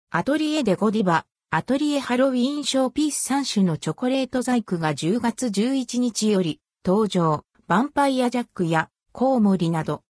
アトリエデゴディバ、アトリエハロウィーンショーピース3種のチョコレート細工が10月11日より登場、ヴァンパイアジャックやコウモリなど。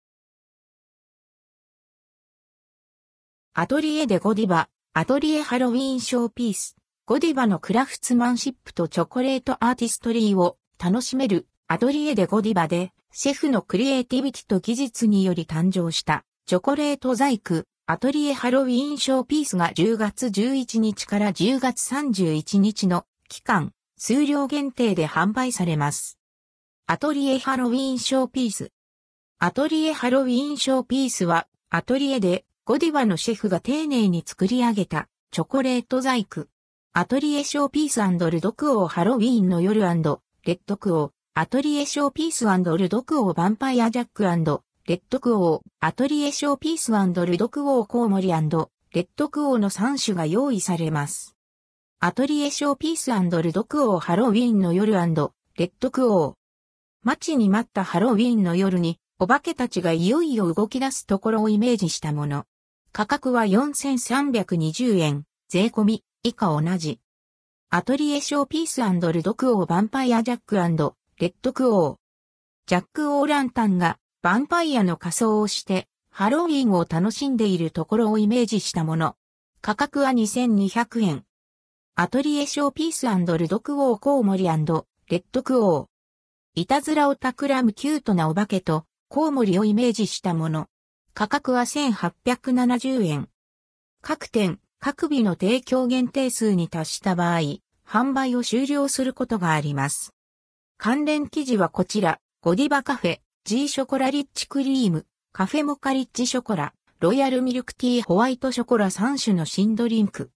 アトリエデゴディバ、アトリエハロウィーンショーピース、ゴディバのクラフツマンシップとチョコレートアーティストリーを楽しめるアトリエデゴディバで、シェフのクリエイティビティと技術により誕生したチョコレート細工、アトリエハロウィーンショーピースが10月11日から10月31日の期間、数量限定で販売されます。アトリエハロウィーンショーピース。アトリエハロウィーンショーピースは、アトリエでゴディバのシェフが丁寧に作り上げたチョコレート細工。アトリエショーピース&ルドクオーハロウィーンの夜&レッドクオー。アトリエショーピース&ルドクオーヴァンパイアジャック&レッドクオー。アトリエショーピース&ルドクオーコウモリ&レッドクオーの3種が用意されます。アトリエショーピース&ルドクオーハロウィーンの夜&レッドクオー。待ちに待ったハロウィーンの夜にお化けたちがいよいよ動き出すところをイメージしたもの。価格は4320円、税込み、以下同じ。アトリエショーピース&ルドクオーヴァンパイアジャック&レッドクオー。ジャック・オーランタンがヴァンパイアの仮装をしてハロウィンを楽しんでいるところをイメージしたもの。価格は2200円。アトリエショーピース&ルドクオーコウモリ&レッドクオー。いたずらを企むキュートなお化けとコウモリをイメージしたもの。価格は1870円。各店、各日の提供限定数に達した場合、販売を終了することがあります。関連記事はこちら、ゴディバカフェ、G ショコラリッチクリーム、カフェモカリッチショコラ、ロイヤルミルクティーホワイトショコラ3種の新ドリンク。